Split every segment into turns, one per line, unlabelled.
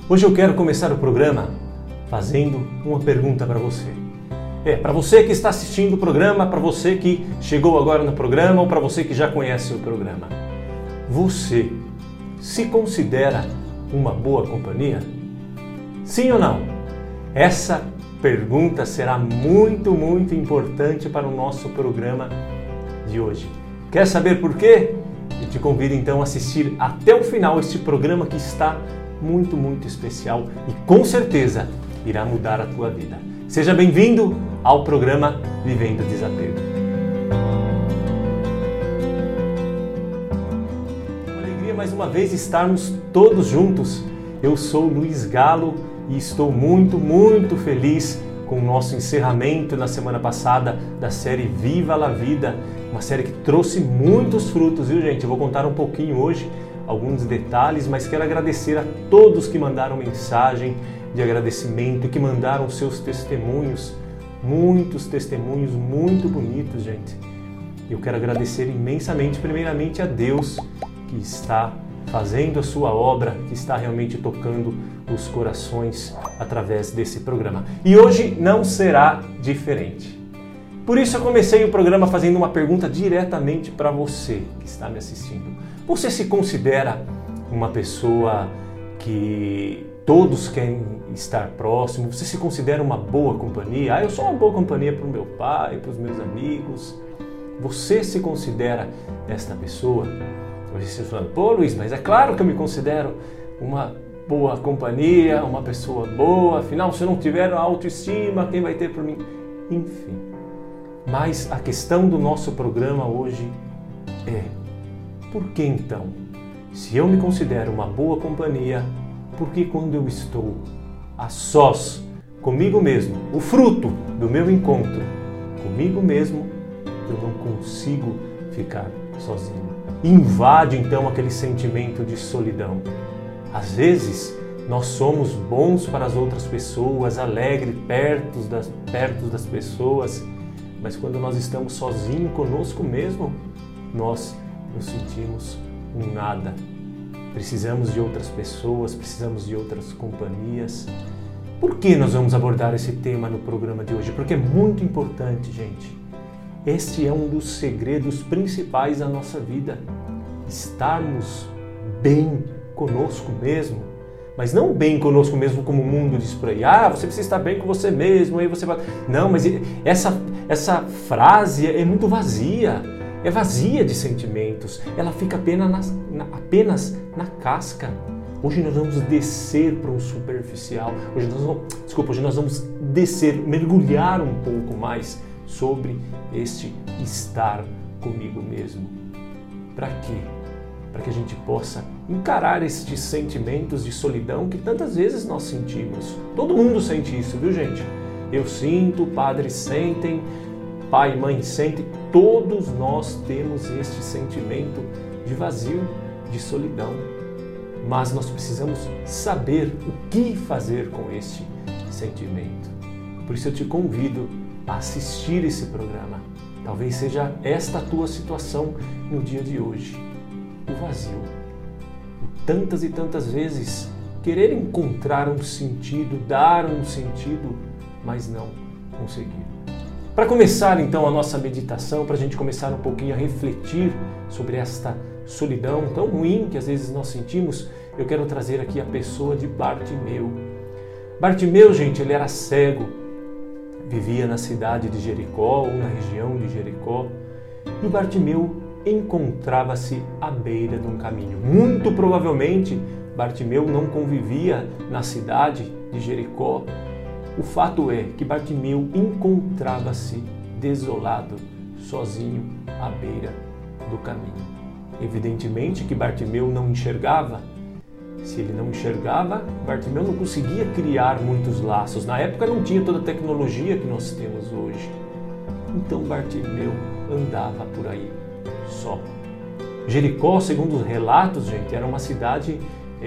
Hoje eu quero começar o programa fazendo uma pergunta para você. Para você que está assistindo o programa, para você que chegou agora no programa ou para você que já conhece o programa. Você se considera uma boa companhia? Sim ou não? Essa pergunta será muito importante para o nosso programa de hoje. Quer saber por quê? Eu te convido então a assistir até o final este programa que está muito especial e com certeza irá mudar a tua vida. Seja bem-vindo ao programa Vivendo Desapego. Uma alegria mais uma vez estarmos todos juntos. Eu sou Luiz Galo e estou muito feliz com o nosso encerramento na semana passada da série Viva la Vida, uma série que trouxe muitos frutos, viu gente? Eu vou contar um pouquinho hoje, alguns detalhes, mas quero agradecer a todos que mandaram mensagem de agradecimento e que mandaram seus testemunhos, muitos testemunhos muito bonitos, gente. Eu quero agradecer imensamente, primeiramente a Deus que está fazendo a sua obra, que está realmente tocando os corações através desse programa. E hoje não será diferente. Por isso eu comecei o programa fazendo uma pergunta diretamente para você que está me assistindo. Você se considera uma pessoa que todos querem estar próximo? Você se considera uma boa companhia? Eu sou uma boa companhia para o meu pai, para os meus amigos. Você se considera esta pessoa? Você está falando, pô Luiz, mas é claro que eu me considero uma boa companhia, uma pessoa boa, afinal se eu não tiver autoestima, quem vai ter por mim? Enfim. Mas a questão do nosso programa hoje é, por que então, se eu me considero uma boa companhia, por que quando eu estou a sós comigo mesmo, o fruto do meu encontro comigo mesmo, eu não consigo ficar sozinho? Invade então aquele sentimento de solidão. Às vezes nós somos bons para as outras pessoas, alegres perto das pessoas, mas quando nós estamos sozinhos conosco mesmo, nós nos sentimos um nada. Precisamos de outras pessoas, precisamos de outras companhias. Por que nós vamos abordar esse tema no programa de hoje? Porque é muito importante, gente. Este é um dos segredos principais da nossa vida. Estarmos bem conosco mesmo. Mas não bem conosco mesmo como o mundo diz por aí. Você precisa estar bem com você mesmo, aí você vai... Não, mas essa frase é muito vazia. É vazia de sentimentos. Ela fica apenas na casca. Hoje nós vamos descer para o superficial. Hoje nós vamos descer, mergulhar um pouco mais sobre este estar comigo mesmo. Para quê? Para que a gente possa encarar estes sentimentos de solidão que tantas vezes nós sentimos. Todo mundo sente isso, viu gente? Eu sinto, padres sentem, pai e mãe sentem, todos nós temos este sentimento de vazio, de solidão. Mas nós precisamos saber o que fazer com este sentimento. Por isso eu te convido a assistir esse programa. Talvez seja esta a tua situação no dia de hoje. O vazio. Tantas e tantas vezes querer encontrar um sentido, dar um sentido, mas não conseguir. Para começar então a nossa meditação, para a gente começar um pouquinho a refletir sobre esta solidão tão ruim que às vezes nós sentimos, eu quero trazer aqui a pessoa de Bartimeu. Bartimeu, gente, ele era cego, vivia na cidade de Jericó, ou na região de Jericó, e Bartimeu encontrava-se à beira de um caminho. Muito provavelmente, Bartimeu não convivia na cidade de Jericó. O fato é que Bartimeu encontrava-se desolado, sozinho, à beira do caminho. Evidentemente que Bartimeu não enxergava. Se ele não enxergava, Bartimeu não conseguia criar muitos laços. Na época não tinha toda a tecnologia que nós temos hoje. Então Bartimeu andava por aí, só. Jericó, segundo os relatos, gente, era uma cidade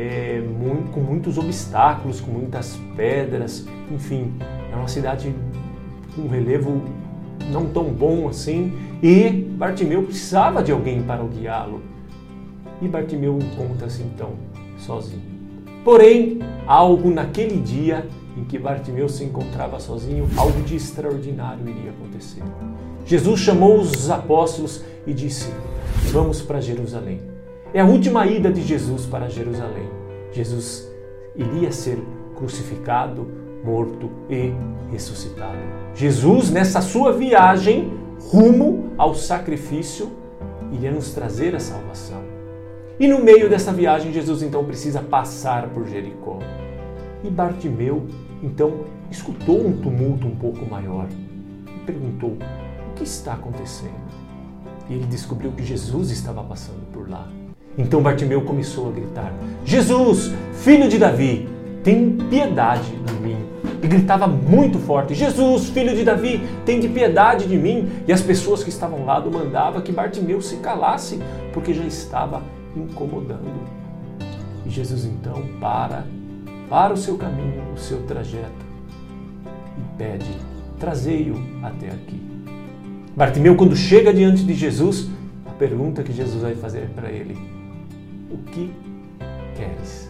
com muitos obstáculos, com muitas pedras, enfim, era uma cidade com um relevo não tão bom assim, e Bartimeu precisava de alguém para o guiá-lo. E Bartimeu encontra-se então sozinho. Porém, algo naquele dia em que Bartimeu se encontrava sozinho, algo de extraordinário iria acontecer. Jesus chamou os apóstolos e disse: vamos para Jerusalém. É a última ida de Jesus para Jerusalém. Jesus iria ser crucificado, morto e ressuscitado. Jesus, nessa sua viagem rumo ao sacrifício, iria nos trazer a salvação. E no meio dessa viagem, Jesus então precisa passar por Jericó. E Bartimeu então escutou um tumulto um pouco maior e perguntou: o que está acontecendo? E ele descobriu que Jesus estava passando por lá. Então Bartimeu começou a gritar: Jesus, filho de Davi, tem piedade de mim. E gritava muito forte: Jesus, filho de Davi, tem de piedade de mim. E as pessoas que estavam ao lado mandavam que Bartimeu se calasse, porque já estava incomodando. E Jesus então para o seu caminho, o seu trajeto, e pede: trazei-o até aqui. Bartimeu, quando chega diante de Jesus, a pergunta que Jesus vai fazer para ele: o que queres?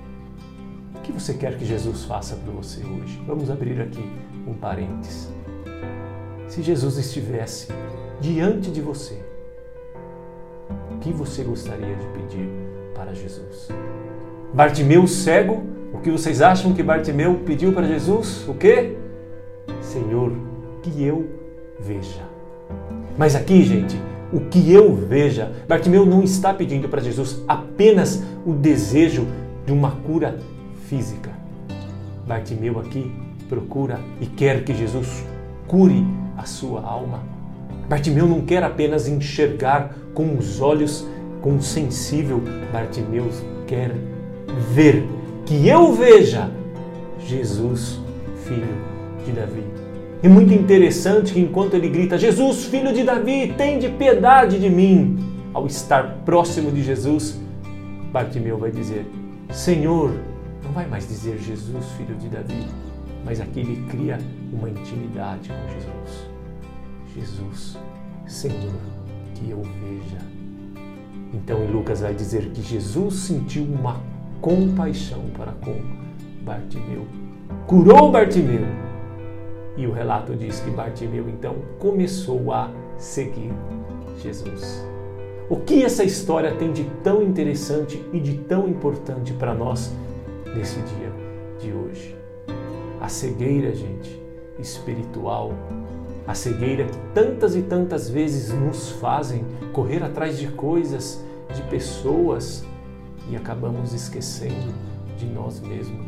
O que você quer que Jesus faça por você hoje? Vamos abrir aqui um parênteses. Se Jesus estivesse diante de você, o que você gostaria de pedir para Jesus? Bartimeu cego, o que vocês acham que Bartimeu pediu para Jesus? O quê? Senhor, que eu veja. Mas aqui, gente, o que eu veja, Bartimeu não está pedindo para Jesus apenas o desejo de uma cura física. Bartimeu aqui procura e quer que Jesus cure a sua alma. Bartimeu não quer apenas enxergar com os olhos, com o sensível. Bartimeu quer ver, que eu veja Jesus, filho de Davi. É muito interessante que enquanto ele grita: Jesus, filho de Davi, tem de piedade de mim, ao estar próximo de Jesus, Bartimeu vai dizer: Senhor. Não vai mais dizer Jesus, filho de Davi, mas aqui ele cria uma intimidade com Jesus. Jesus, Senhor, que eu veja. Então em Lucas vai dizer que Jesus sentiu uma compaixão para com Bartimeu, curou Bartimeu. E o relato diz que Bartimeu então começou a seguir Jesus. O que essa história tem de tão interessante e de tão importante para nós nesse dia de hoje? A cegueira, gente, espiritual, a cegueira que tantas e tantas vezes nos fazem correr atrás de coisas, de pessoas, e acabamos esquecendo de nós mesmos.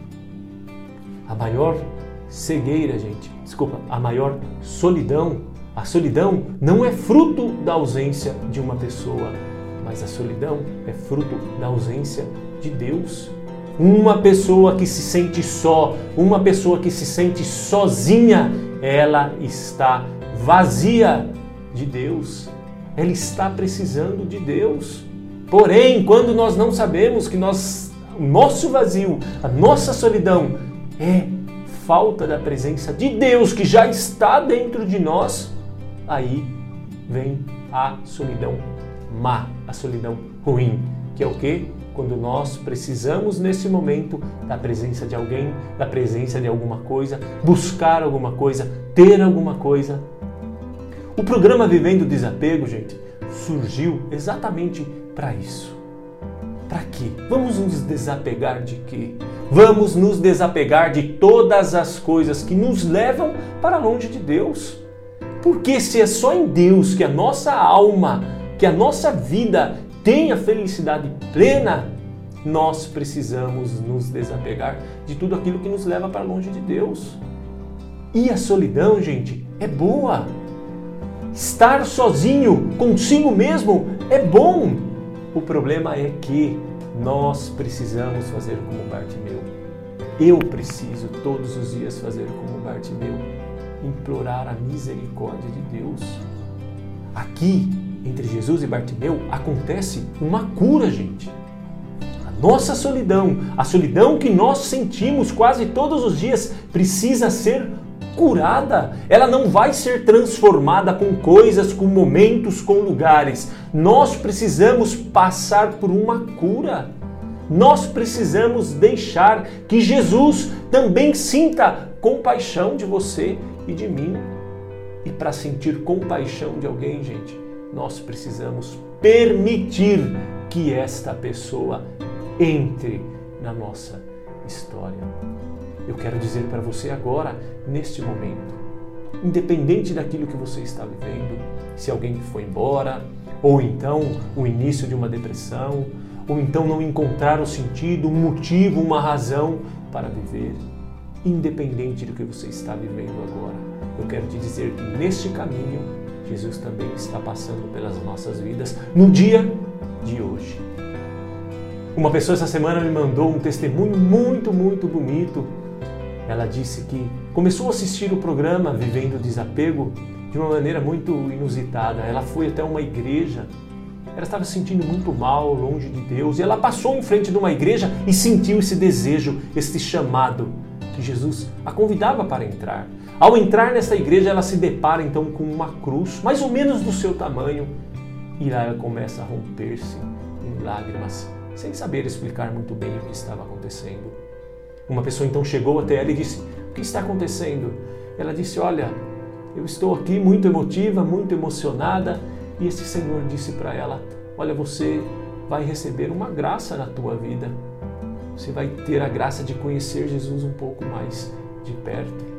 A maior cegueira, gente, a maior solidão, a solidão não é fruto da ausência de uma pessoa, mas a solidão é fruto da ausência de Deus. Uma pessoa que se sente só, uma pessoa que se sente sozinha, ela está vazia de Deus. Ela está precisando de Deus. Porém, quando nós não sabemos que o nosso vazio, a nossa solidão é falta da presença de Deus que já está dentro de nós, aí vem a solidão má, a solidão ruim, que é o quê? Quando nós precisamos nesse momento da presença de alguém, da presença de alguma coisa, buscar alguma coisa, ter alguma coisa. O programa Vivendo o Desapego, gente, surgiu exatamente para isso. Para quê? Vamos nos desapegar de quê? Vamos nos desapegar de todas as coisas que nos levam para longe de Deus. Porque se é só em Deus que a nossa alma, que a nossa vida tem a felicidade plena, nós precisamos nos desapegar de tudo aquilo que nos leva para longe de Deus. E a solidão, gente, é boa. Estar sozinho consigo mesmo é bom. O problema é que nós precisamos fazer como Bartimeu. Eu preciso todos os dias fazer como Bartimeu, implorar a misericórdia de Deus. Aqui, entre Jesus e Bartimeu, acontece uma cura, gente. A nossa solidão, a solidão que nós sentimos quase todos os dias, precisa ser curada. Ela não vai ser transformada com coisas, com momentos, com lugares. Nós precisamos passar por uma cura. Nós precisamos deixar que Jesus também sinta compaixão de você e de mim. E para sentir compaixão de alguém, gente, nós precisamos permitir que esta pessoa entre na nossa história. Eu quero dizer para você agora, neste momento, independente daquilo que você está vivendo, se alguém foi embora, ou então o início de uma depressão, ou então não encontrar o sentido, um motivo, uma razão para viver, independente do que você está vivendo agora, eu quero te dizer que neste caminho, Jesus também está passando pelas nossas vidas no dia de hoje. Uma pessoa essa semana me mandou um testemunho muito bonito. Ela disse que começou a assistir o programa Vivendo o Desapego de uma maneira muito inusitada. Ela foi até uma igreja, ela estava se sentindo muito mal, longe de Deus, e ela passou em frente de uma igreja e sentiu esse desejo, esse chamado, que Jesus a convidava para entrar. Ao entrar nessa igreja, ela se depara então com uma cruz, mais ou menos do seu tamanho, e lá ela começa a romper-se em lágrimas, sem saber explicar muito bem o que estava acontecendo. Uma pessoa então chegou até ela e disse: "O que está acontecendo?" Ela disse: "Olha, eu estou aqui muito emotiva, muito emocionada." E esse Senhor disse para ela: "Olha, você vai receber uma graça na tua vida. Você vai ter a graça de conhecer Jesus um pouco mais de perto."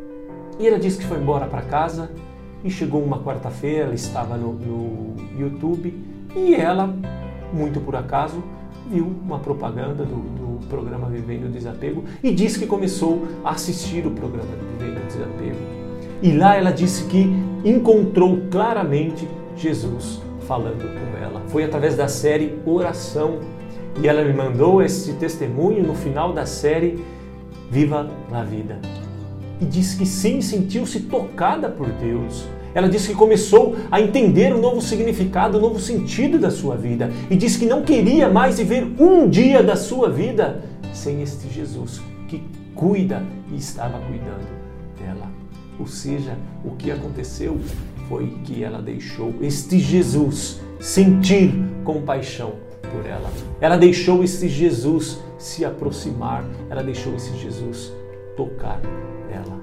E ela disse que foi embora para casa e chegou uma quarta-feira, ela estava no YouTube e ela, muito por acaso, viu uma propaganda do programa Vivendo o Desapego e disse que começou a assistir o programa Vivendo o Desapego. E lá ela disse que encontrou claramente Jesus falando com ela. Foi através da série Oração. E ela me mandou esse testemunho no final da série Viva la Vida. E disse que sim, sentiu-se tocada por Deus. Ela disse que começou a entender o novo significado, o novo sentido da sua vida. E disse que não queria mais viver um dia da sua vida sem este Jesus que cuida e estava cuidando dela. Ou seja, o que aconteceu foi que ela deixou este Jesus sentir compaixão por ela. Ela deixou esse Jesus se aproximar. Ela deixou esse Jesus tocar nela.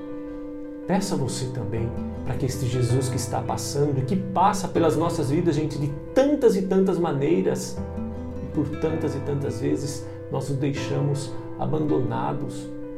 Peça você também para que este Jesus que está passando e que passa pelas nossas vidas, gente, de tantas e tantas maneiras, e por tantas e tantas vezes nós o deixamos abandonado,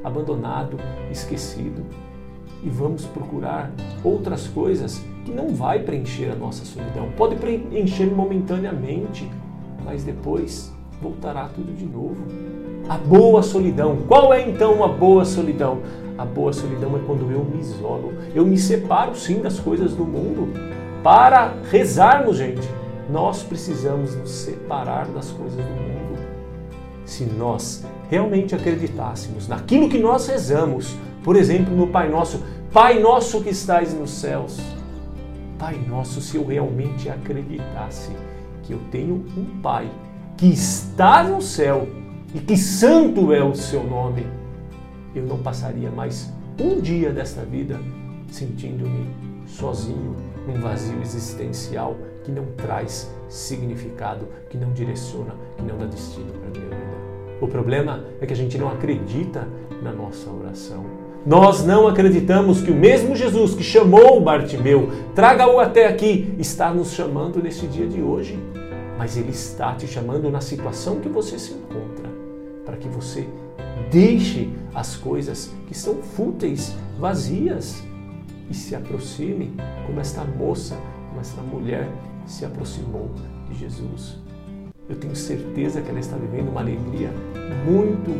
esquecido. E vamos procurar outras coisas que não vai preencher a nossa solidão. Pode preencher momentaneamente, mas depois voltará tudo de novo. A boa solidão. Qual é então a boa solidão? A boa solidão é quando eu me isolo. Eu me separo sim das coisas do mundo. Para rezarmos, gente, nós precisamos nos separar das coisas do mundo. Se nós realmente acreditássemos naquilo que nós rezamos, por exemplo, no Pai Nosso, Pai Nosso que estais nos céus. Pai Nosso, se eu realmente acreditasse que eu tenho um Pai que está no céu e que santo é o seu nome, eu não passaria mais um dia desta vida sentindo-me sozinho, num vazio existencial que não traz significado, que não direciona, que não dá destino para a minha vida. O problema é que a gente não acredita na nossa oração. Nós não acreditamos que o mesmo Jesus que chamou Bartimeu, traga-o até aqui, está nos chamando neste dia de hoje. Mas Ele está te chamando na situação que você se encontra, para que você deixe as coisas que são fúteis, vazias, e se aproxime como esta moça, como esta mulher se aproximou de Jesus. Eu tenho certeza que ela está vivendo uma alegria muito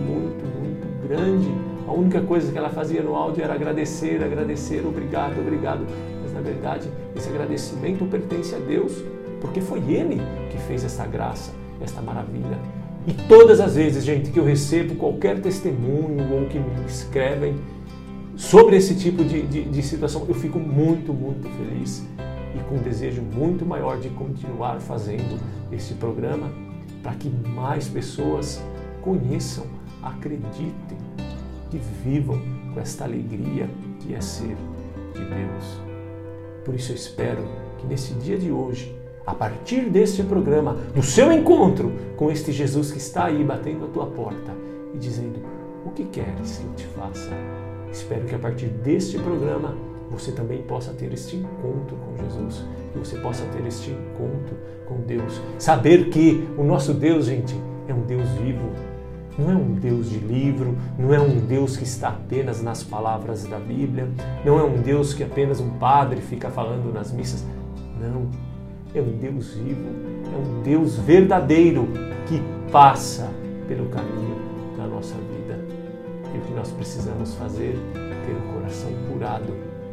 grande. A única coisa que ela fazia no áudio era agradecer, obrigado. Mas na verdade, esse agradecimento pertence a Deus, porque foi Ele que fez essa graça, esta maravilha. E todas as vezes, gente, que eu recebo qualquer testemunho ou que me escrevem sobre esse tipo de situação, eu fico muito feliz e com um desejo muito maior de continuar fazendo esse programa para que mais pessoas conheçam, acreditem, que vivam com esta alegria que é ser de Deus. Por isso eu espero que nesse dia de hoje, a partir deste programa, do seu encontro com este Jesus que está aí batendo a tua porta e dizendo: o que queres que eu te faça? Espero que a partir deste programa você também possa ter este encontro com Jesus, que você possa ter este encontro com Deus. Saber que o nosso Deus, gente, é um Deus vivo. Não é um Deus de livro, não é um Deus que está apenas nas palavras da Bíblia, não é um Deus que apenas um padre fica falando nas missas. Não, é um Deus vivo, é um Deus verdadeiro que passa pelo caminho da nossa vida. E o que nós precisamos fazer é ter o coração curado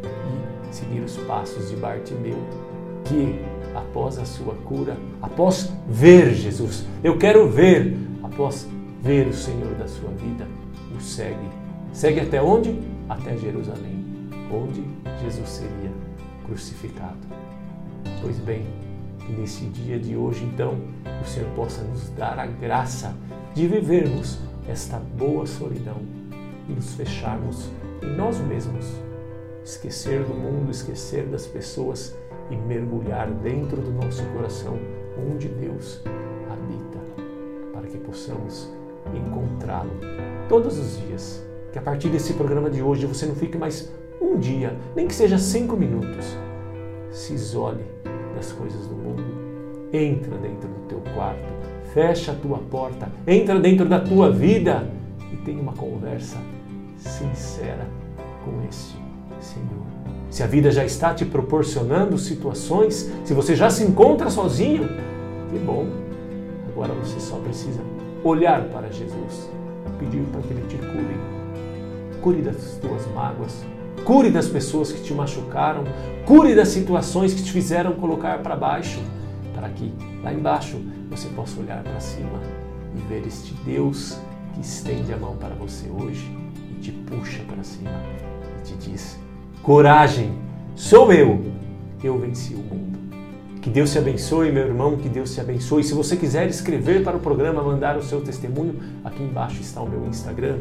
e seguir os passos de Bartimeu, que após a sua cura, após ver Jesus, eu quero ver, após ver o Senhor da sua vida, o segue. Segue até onde? Até Jerusalém, onde Jesus seria crucificado. Pois bem, que nesse dia de hoje, então, o Senhor possa nos dar a graça de vivermos esta boa solidão e nos fecharmos em nós mesmos, esquecer do mundo, esquecer das pessoas e mergulhar dentro do nosso coração, onde Deus habita, para que possamos encontrá-lo todos os dias. Que a partir desse programa de hoje você não fique mais um dia, nem que seja 5 minutos. Se isole das coisas do mundo, entra dentro do teu quarto, fecha a tua porta, entra dentro da tua vida e tenha uma conversa sincera com este Senhor. Se a vida já está te proporcionando situações, se você já se encontra sozinho, que bom. Agora você só precisa olhar para Jesus, pedir para que Ele te cure. Cure das tuas mágoas, cure das pessoas que te machucaram, cure das situações que te fizeram colocar para baixo, para que lá embaixo você possa olhar para cima e ver este Deus que estende a mão para você hoje e te puxa para cima e te diz: coragem, sou eu venci o mundo. Que Deus te abençoe, meu irmão, que Deus te abençoe. Se você quiser escrever para o programa, mandar o seu testemunho, aqui embaixo está o meu Instagram,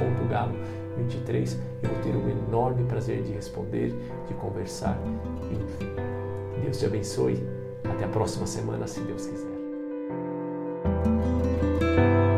luiz.galo23. Eu vou ter o enorme prazer de responder, de conversar, enfim. Que Deus te abençoe. Até a próxima semana, se Deus quiser.